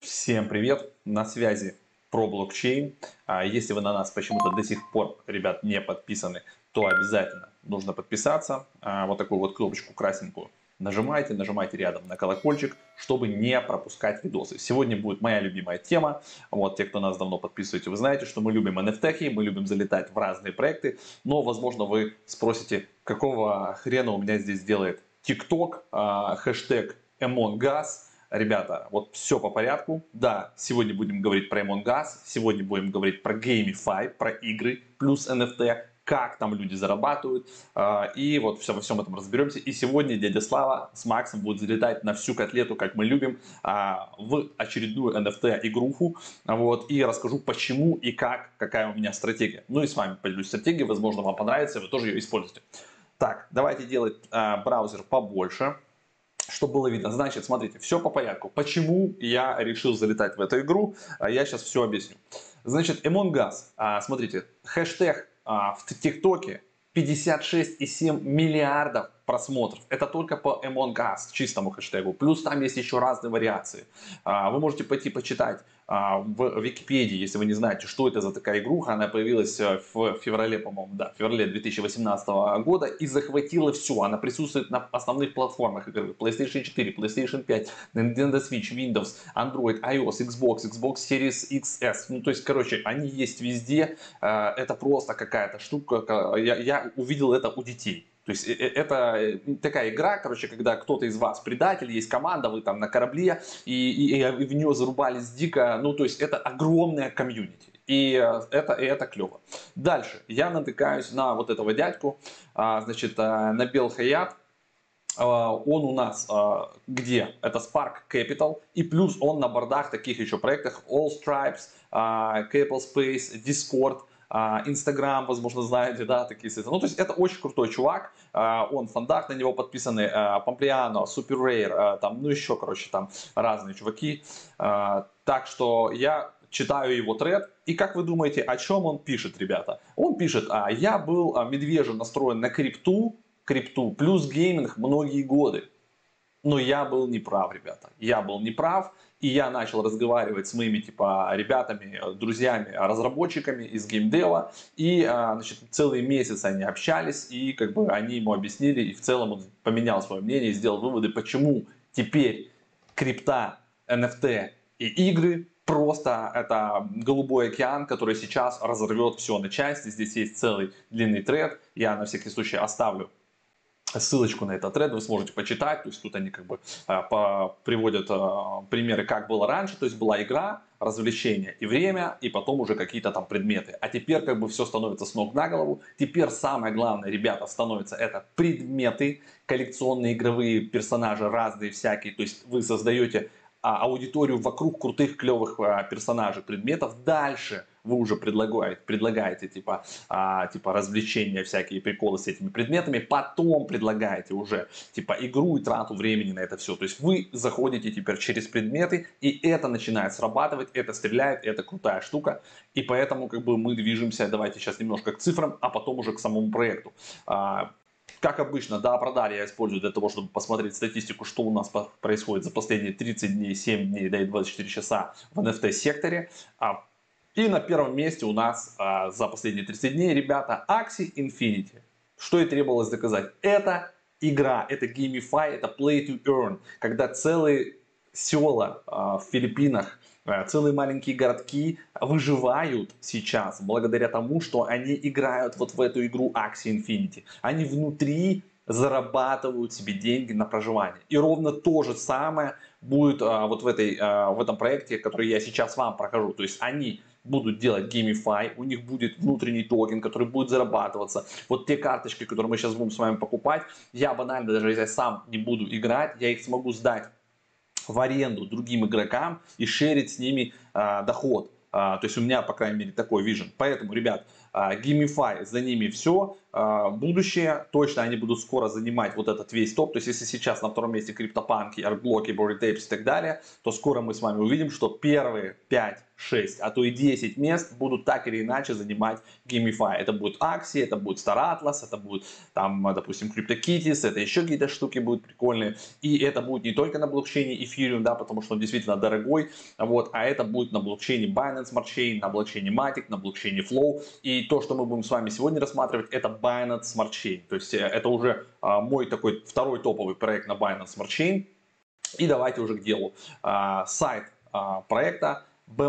Всем привет! На связи про блокчейн. Если вы на нас почему-то до сих пор, ребят, не подписаны, то обязательно нужно подписаться. Вот такую вот кнопочку красненькую нажимайте рядом на колокольчик, чтобы не пропускать видосы. Сегодня будет моя любимая тема. Вот те, кто нас давно подписываете, вы знаете, что мы любим NFT, мы любим залетать в разные проекты. Но, возможно, вы спросите, какого хрена у меня здесь делает TikTok, хэштег Among Us. Ребята, вот все по порядку. Да, сегодня будем говорить про Among Us, сегодня будем говорить про Gamify, про игры, плюс NFT, как там люди зарабатывают. И вот во всем этом разберемся. И сегодня дядя Слава с Максом будут залетать на всю котлету, как мы любим, в очередную NFT-игруху. Вот, и расскажу, почему и как, какая у меня стратегия. Ну и с вами поделюсь стратегией, возможно, вам понравится, вы тоже ее используете. Так, давайте делать браузер побольше, чтобы было видно. Значит, смотрите, все по порядку. Почему я решил залетать в эту игру, я сейчас все объясню. Значит, Among Us, смотрите, хэштег в ТикТоке 56,7 миллиардов просмотров. Это только по Among Us, чистому хэштегу. Плюс там есть еще разные вариации. Вы можете пойти почитать в Википедии, если вы не знаете, что это за такая игруха. Она появилась в феврале, по-моему, да, в феврале 2018 года и захватила все. Она присутствует на основных платформах игры: PlayStation 4, PlayStation 5, Nintendo Switch, Windows, Android, iOS, Xbox Series XS. Ну, то есть, короче, они есть везде. Это просто какая-то штука. Я увидел это у детей. То есть это такая игра, короче, когда кто-то из вас предатель, есть команда, вы там на корабле, и в нее зарубались дико. Ну, то есть это огромная комьюнити. И это клево. Дальше я натыкаюсь на вот этого дядьку, значит, Набил Хаят. Он у нас где? Это Spark Capital. И плюс он на бордах таких еще проектах: All Stripes, Capel Space, Discord, Инстаграм, возможно, знаете, да, такие сайты. Ну, то есть это очень крутой чувак. Он фандах, на него подписаны Помплиано, Super Rare, там, ну еще, короче, там разные чуваки. Так что я читаю его тред. И как вы думаете, о чем он пишет, ребята? Он пишет: я был медвежьо настроен на крипту плюс гейминг многие годы. Но я был неправ, ребята. Я был неправ, и я начал разговаривать с моими ребятами, друзьями, разработчиками из геймдева. И значит, целый месяц они общались, и как бы они ему объяснили, и в целом он поменял свое мнение и сделал выводы, почему теперь крипта, NFT и игры просто это голубой океан, который сейчас разорвет все на части. Здесь есть целый длинный тред. Я на всякий случай оставлю ссылочку на этот тред, вы сможете почитать. То есть тут они как бы приводят примеры, как было раньше. То есть была игра, развлечение и время, и потом уже какие-то там предметы. А теперь как бы все становится с ног на голову. Теперь самое главное, ребята, становится это предметы, коллекционные игровые персонажи разные всякие. То есть вы создаете аудиторию вокруг крутых, клевых персонажей, предметов. Дальше вы уже предлагаете типа развлечения, всякие приколы с этими предметами. Потом предлагаете уже типа игру и трату времени на это все. То есть вы заходите теперь через предметы, и это начинает срабатывать, это стреляет, это крутая штука. И поэтому как бы мы движемся, давайте сейчас немножко к цифрам, а потом уже к самому проекту. Как обычно, да, Продар я использую для того, чтобы посмотреть статистику, что у нас происходит за последние 30 дней, 7 дней, да и 24 часа в NFT-секторе. И на первом месте у нас за последние 30 дней, ребята, Axie Infinity. Что и требовалось доказать. Это игра, это Gamify, это Play to Earn. Когда целые села в Филиппинах, целые маленькие городки выживают сейчас благодаря тому, что они играют вот в эту игру Axie Infinity. Они внутри зарабатывают себе деньги на проживание. И ровно то же самое будет вот в этом проекте, который я сейчас вам прохожу. То есть они будут делать Gamify, у них будет внутренний токен, который будет зарабатываться. Вот те карточки, которые мы сейчас будем с вами покупать, я банально, даже если я сам не буду играть, я их смогу сдать в аренду другим игрокам и шерить с ними доход. То есть у меня, по крайней мере, такой вижен. Поэтому, ребят, Gamify, за ними все. будущее, точно они будут скоро занимать вот этот весь топ. То есть если сейчас на втором месте CryptoPunk, ArtBlock, Bored Apes и так далее, то скоро мы с вами увидим, что первые 5, 6, а то и 10 мест будут так или иначе занимать GameFi. Это будет Axie, это будет Star Atlas, это будет там, допустим, CryptoKitties, это еще какие-то штуки будут прикольные. И это будет не только на блокчейне Ethereum, да, потому что он действительно дорогой, вот, а это будет на блокчейне Binance Smart Chain, на блокчейне Matic, на блокчейне Flow. И то, что мы будем с вами сегодня рассматривать, это Binance Smart Chain. То есть это уже мой такой второй топовый проект на Binance Smart Chain. И давайте уже к делу. Сайт проекта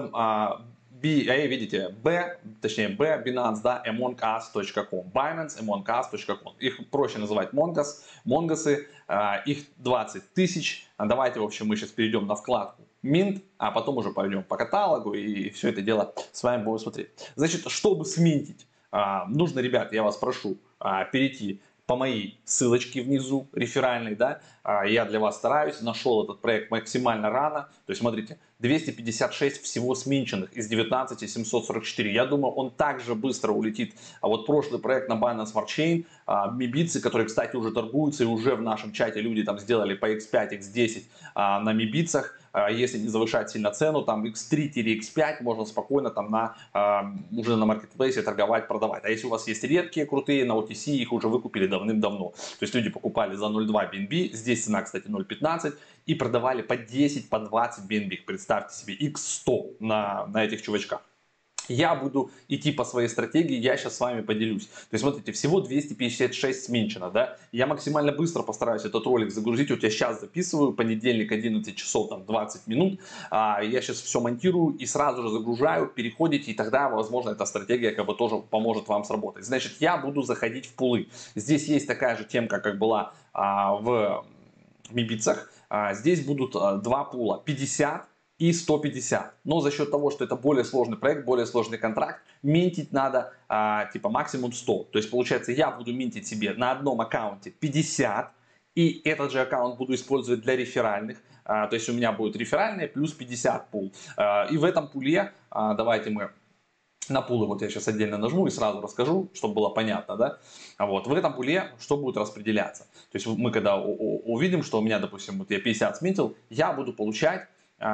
видите, Binance, да, amongus.com, Binance, amongus.com. Их проще называть Монгасы, их 20 тысяч. Давайте, в общем, мы сейчас перейдем на вкладку Mint, а потом уже пойдем по каталогу и все это дело с вами будем смотреть. Значит, чтобы сминтить, нужно, ребят, я вас прошу, перейти по моей ссылочке внизу, реферальной, да, я для вас стараюсь, нашел этот проект максимально рано, то есть смотрите, 256 всего сминченных из 19 744, я думаю, он также быстро улетит, а вот прошлый проект на Binance Smart Chain, мибицы, которые, кстати, уже торгуются, и уже в нашем чате люди там сделали по x5, x10 на мибицах, если не завышать сильно цену, там x3-x5 можно спокойно там уже на маркетплейсе торговать, продавать. А если у вас есть редкие, крутые, на OTC, их уже выкупили давным-давно. То есть люди покупали за 0.2 BNB, здесь цена, кстати, 0.15, и продавали по 10, по 20 BNB. Представьте себе, x100 на этих чувачках. Я буду идти по своей стратегии, я сейчас с вами поделюсь. То есть, смотрите, всего 256 сминчено, да. Я максимально быстро постараюсь этот ролик загрузить. Вот я сейчас записываю, понедельник, 11 часов, там, 20 минут. Я сейчас все монтирую и сразу же загружаю, переходите, и тогда, возможно, эта стратегия как бы тоже поможет вам сработать. Значит, я буду заходить в пулы. Здесь есть такая же темка, как была в мибицах. Здесь будут два пула, 50 и 150. Но за счет того, что это более сложный проект, более сложный контракт, минтить надо типа максимум 100. То есть получается, я буду минтить себе на одном аккаунте 50, и этот же аккаунт буду использовать для реферальных. То есть у меня будет реферальные плюс 50 пул. И в этом пуле, давайте мы на пулы, вот я сейчас отдельно нажму и сразу расскажу, чтобы было понятно, да. Вот, в этом пуле что будет распределяться. То есть мы когда увидим, что у меня, допустим, вот я 50 сминтил, я буду получать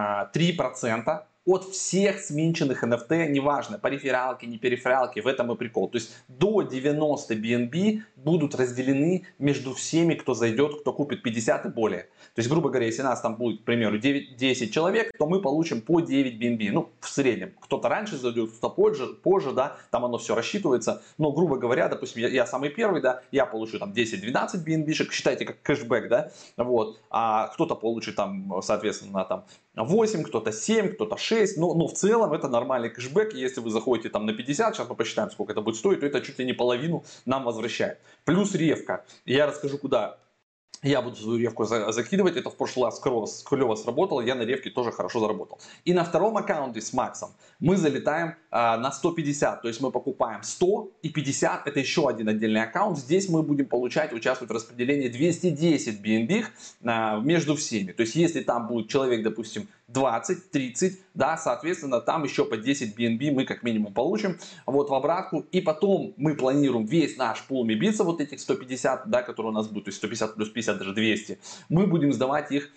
3% от всех сминченных NFT, неважно, по рефералке, не перефералке, в этом и прикол. То есть до 90 BNB будут разделены между всеми, кто зайдет, кто купит 50 и более. То есть, грубо говоря, если нас там будет, к примеру, 10 человек, то мы получим по 9 BNB. Ну, в среднем. Кто-то раньше зайдет, кто-то позже, да, там оно все рассчитывается. Но, грубо говоря, допустим, я самый первый, да, я получу там 10-12 BNB-шек, считайте как кэшбэк, да, вот. А кто-то получит там, соответственно, там 8, кто-то 7, кто-то 6, но в целом это нормальный кэшбэк, если вы заходите там на 50, сейчас мы посчитаем, сколько это будет стоить, то это чуть ли не половину нам возвращает. Плюс ревка, я расскажу, куда я буду свою ревку закидывать, это в прошлый раз клево сработало, я на ревке тоже хорошо заработал. И на втором аккаунте с Максом мы залетаем на 150, то есть мы покупаем 100 и 50, это еще один отдельный аккаунт. Здесь мы будем участвовать в распределении 210 BNB между всеми. То есть если там будет человек, допустим, 20-30, да, соответственно, там еще по 10 BNB мы как минимум получим вот в обратку. И потом мы планируем весь наш пул мибица, вот этих 150, да, которые у нас будут, то есть 150 плюс 50, даже 200, мы будем сдавать их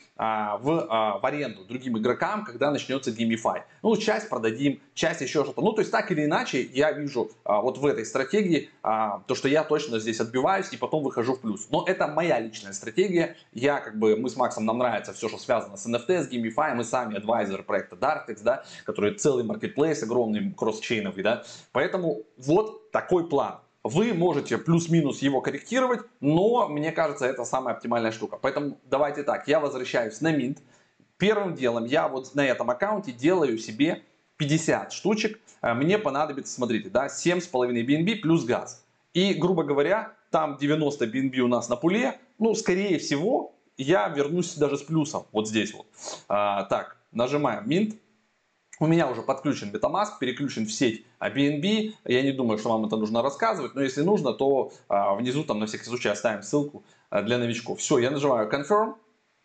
в аренду другим игрокам, когда начнется GameFi. Ну, часть продадим, часть еще что-то. Ну, то есть так или иначе, я вижу вот в этой стратегии то, что я точно здесь отбиваюсь и потом выхожу в плюс. Но это моя личная стратегия. Мы с Максом, нам нравится все, что связано с NFT, с GameFi, мы сами адвайзеры проекта Dartex, да, который целый маркетплейс, огромный кросс-чейновый, да. Поэтому вот такой план. Вы можете плюс-минус его корректировать, но мне кажется, это самая оптимальная штука. Поэтому давайте так, я возвращаюсь на Mint. Первым делом я вот на этом аккаунте делаю себе 50 штучек. Мне понадобится, смотрите, да, 7,5 BNB плюс газ. И, грубо говоря, там 90 BNB у нас на пуле. Ну, скорее всего, я вернусь даже с плюсом. Вот здесь вот. Так, нажимаем Mint. У меня уже подключен MetaMask, переключен в сеть BNB. Я не думаю, что вам это нужно рассказывать, но если нужно, то внизу там на всякий случай оставим ссылку для новичков. Все, я нажимаю Confirm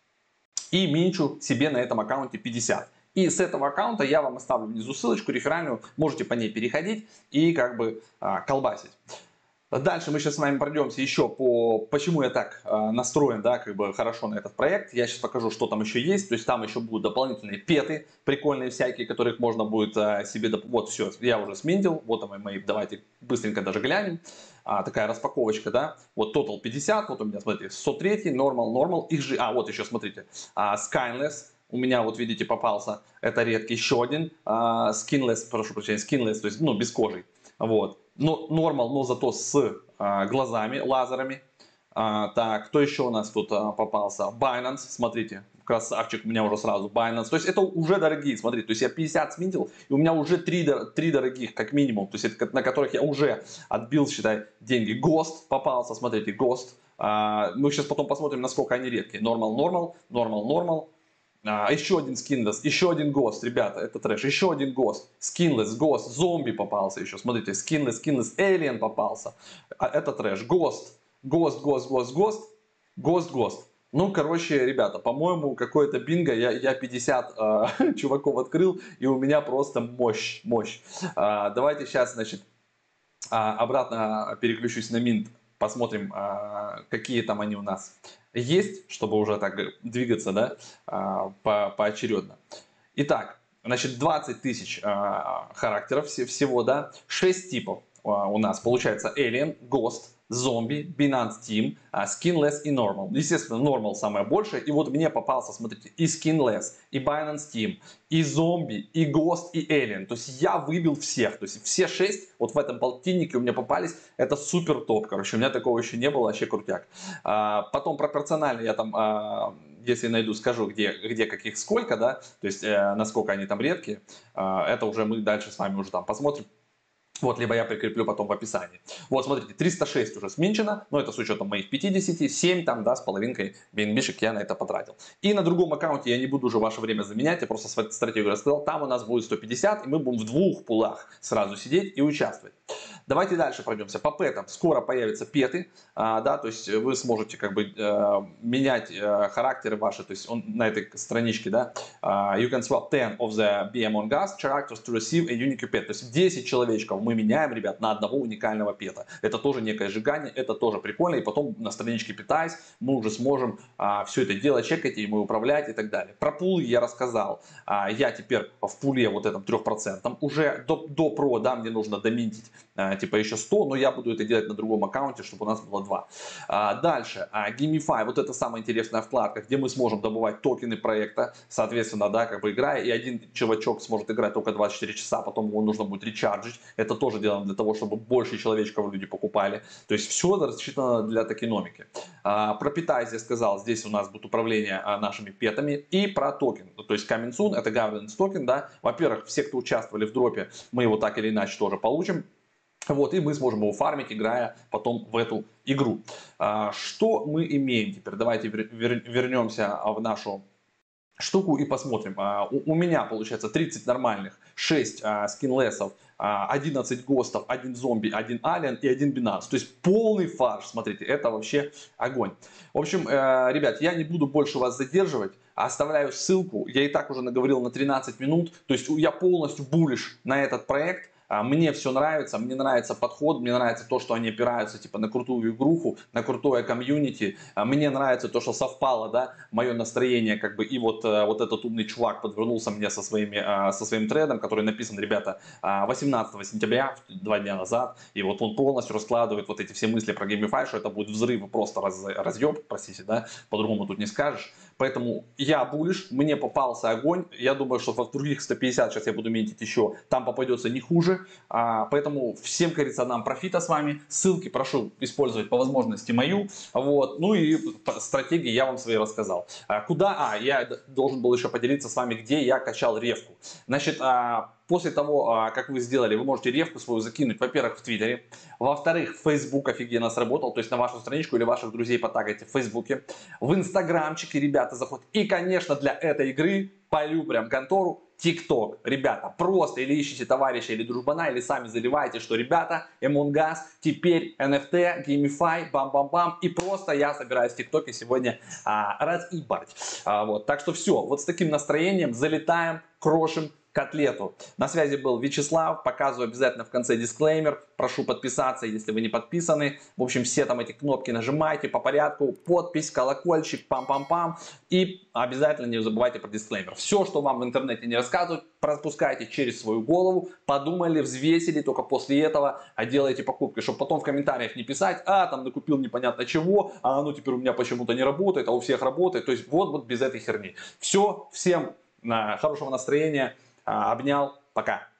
и минчу себе на этом аккаунте 50. И с этого аккаунта я вам оставлю внизу ссылочку реферальную, можете по ней переходить и как бы колбасить. Дальше мы сейчас с вами пройдемся еще по, почему я так настроен, да, как бы хорошо на этот проект. Я сейчас покажу, что там еще есть. То есть там еще будут дополнительные петы прикольные всякие, которых можно будет себе... Вот все, я уже сминтил. Вот там мои, давайте быстренько даже глянем. Такая распаковочка, да. Вот Total 50, вот у меня, смотрите, 103, Normal, их же... вот еще, смотрите, Skinless. У меня, вот видите, попался, это редкий, еще один, Skinless, прошу прощения, Skinless, то есть, ну, без кожи. Вот. Но нормал, но зато с глазами, лазерами. Так, кто еще у нас тут попался? Binance, смотрите, красавчик, у меня уже сразу Binance. То есть это уже дорогие, смотрите, то есть я 50 сминтил, и у меня уже 3 дорогих, как минимум. То есть это, на которых я уже отбил, считай, деньги. Ghost попался, смотрите, Ghost. Мы сейчас потом посмотрим, насколько они редкие. Normal. Еще один Skinless, еще один Ghost, ребята, это трэш. Еще один Ghost, Skinless, Ghost, зомби попался еще. Смотрите, Skinless, Alien попался. Это трэш. Ghost. Ну, короче, ребята, по-моему, какое-то бинго. Я 50 чуваков открыл, и у меня просто мощь. Давайте сейчас, значит, обратно переключусь на Mint. Посмотрим, какие там они у нас есть, чтобы уже так двигаться, да, поочередно. Итак, значит, 20 тысяч характеров всего, да, 6 типов у нас получается: Alien, Ghost, Zombie, Binance Team, Skinless и Normal. Естественно, Normal самое большее. И вот мне попался, смотрите, и Skinless, и Binance Team, и Zombie, и Ghost, и Alien. То есть я выбил всех. То есть все 6 вот в этом полтиннике у меня попались. Это супер топ, короче. У меня такого еще не было, вообще крутяк. Потом пропорционально я там... если найду, скажу, где каких сколько, да, то есть насколько они там редкие, это уже мы дальше с вами уже там посмотрим. Вот, либо я прикреплю потом в описании. Вот, смотрите, 306 уже сменчено, но это с учетом моих 50, 7 там, да, с половинкой BNB-шек я на это потратил. И на другом аккаунте я не буду уже ваше время заменять, я просто стратегию рассказал, там у нас будет 150, и мы будем в 2 пулах сразу сидеть и участвовать. Давайте дальше пройдемся. По пэтам скоро появятся петы, да, то есть вы сможете как бы менять характеры ваши, то есть он на этой страничке, да, you can swap 10 of the Be Among Us characters to receive a unique pet, то есть 10 человечков мы меняем, ребят, на одного уникального пета. Это тоже некое сжигание, это тоже прикольно, и потом на страничке Питайс мы уже сможем все это дело чекать, и мы управлять и так далее. Про пулы я рассказал, я теперь в пуле вот этом 3% уже до про, да, мне нужно доминтить типа еще 100, но я буду это делать на другом аккаунте, чтобы у нас было 2. Дальше, Gamify, вот это самая интересная вкладка, где мы сможем добывать токены проекта, соответственно, да, как бы играя, и один чувачок сможет играть только 24 часа, потом его нужно будет речарджить, это тоже делаем для того, чтобы больше человечков люди покупали, то есть все рассчитано для токеномики. Про Питайс я сказал, здесь у нас будет управление нашими петами, и про токен, то есть Coming Soon, это governance токен, да, во-первых, все, кто участвовали в дропе, мы его так или иначе тоже получим. Вот, и мы сможем его фармить, играя потом в эту игру. Что мы имеем теперь? Давайте вернемся в нашу штуку и посмотрим. У меня получается 30 нормальных, 6 скинлессов, 11 гостов, 1 зомби, 1 алien и 1 бинанс. То есть полный фарш, смотрите, это вообще огонь. В общем, ребят, я не буду больше вас задерживать. Оставляю ссылку, я и так уже наговорил на 13 минут. То есть я полностью буллиш на этот проект. Мне все нравится, мне нравится подход, мне нравится то, что они опираются типа на крутую игруху, на крутое комьюнити. Мне нравится то, что совпало, да, мое настроение, как бы, и вот этот умный чувак подвернулся мне со своим трейдом, который написан, ребята, 18 сентября, 2 дня назад, и вот он полностью раскладывает вот эти все мысли про Gamify, что это будет взрыв и просто разъеб, простите, да, по-другому тут не скажешь. Поэтому я буллиш, мне попался огонь, я думаю, что в других 150 сейчас я буду минтить еще, там попадется не хуже. Поэтому всем, как говорится, нам профита с вами. Ссылки прошу использовать по возможности мою. Вот. Ну и стратегии я вам свои рассказал. Куда? Я должен был еще поделиться с вами, где я качал ревку. Значит, после того, как вы сделали, вы можете ревку свою закинуть, во-первых, в Твиттере. Во-вторых, Facebook офигенно сработал. То есть на вашу страничку или ваших друзей потагайте в Фейсбуке. В Инстаграмчике, ребята, заходят. И, конечно, для этой игры полю прям контору TikTok. Ребята, просто или ищите товарища или дружбана, или сами заливайте, что, ребята, Among Us, теперь NFT, Gamify, бам-бам-бам. И просто я собираюсь в ТикТоке сегодня разъебать. Вот. Так что все, вот с таким настроением залетаем, крошим, котлету. На связи был Вячеслав. Показываю обязательно в конце дисклеймер. Прошу подписаться, если вы не подписаны. В общем, все там эти кнопки нажимайте по порядку. Подпись, колокольчик, пам-пам-пам. И обязательно не забывайте про дисклеймер. Все, что вам в интернете не рассказывают, пропускайте через свою голову. Подумали, взвесили, только после этого делайте покупки. Чтобы потом в комментариях не писать, там накупил непонятно чего, а оно теперь у меня почему-то не работает, а у всех работает. То есть вот без этой херни. Все, всем хорошего настроения. Обнял, пока.